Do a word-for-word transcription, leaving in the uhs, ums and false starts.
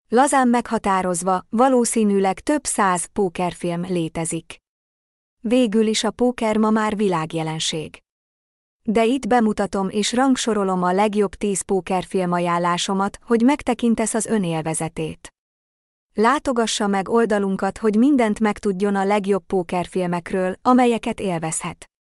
Lazán meghatározva, valószínűleg több száz pókerfilm létezik. Végül is a póker ma már világjelenség. De itt bemutatom és rangsorolom a legjobb tíz pókerfilm ajánlásomat, hogy megtekintesz az önélvezetét. Látogassa meg oldalunkat, hogy mindent megtudjon a legjobb pókerfilmekről, amelyeket élvezhet.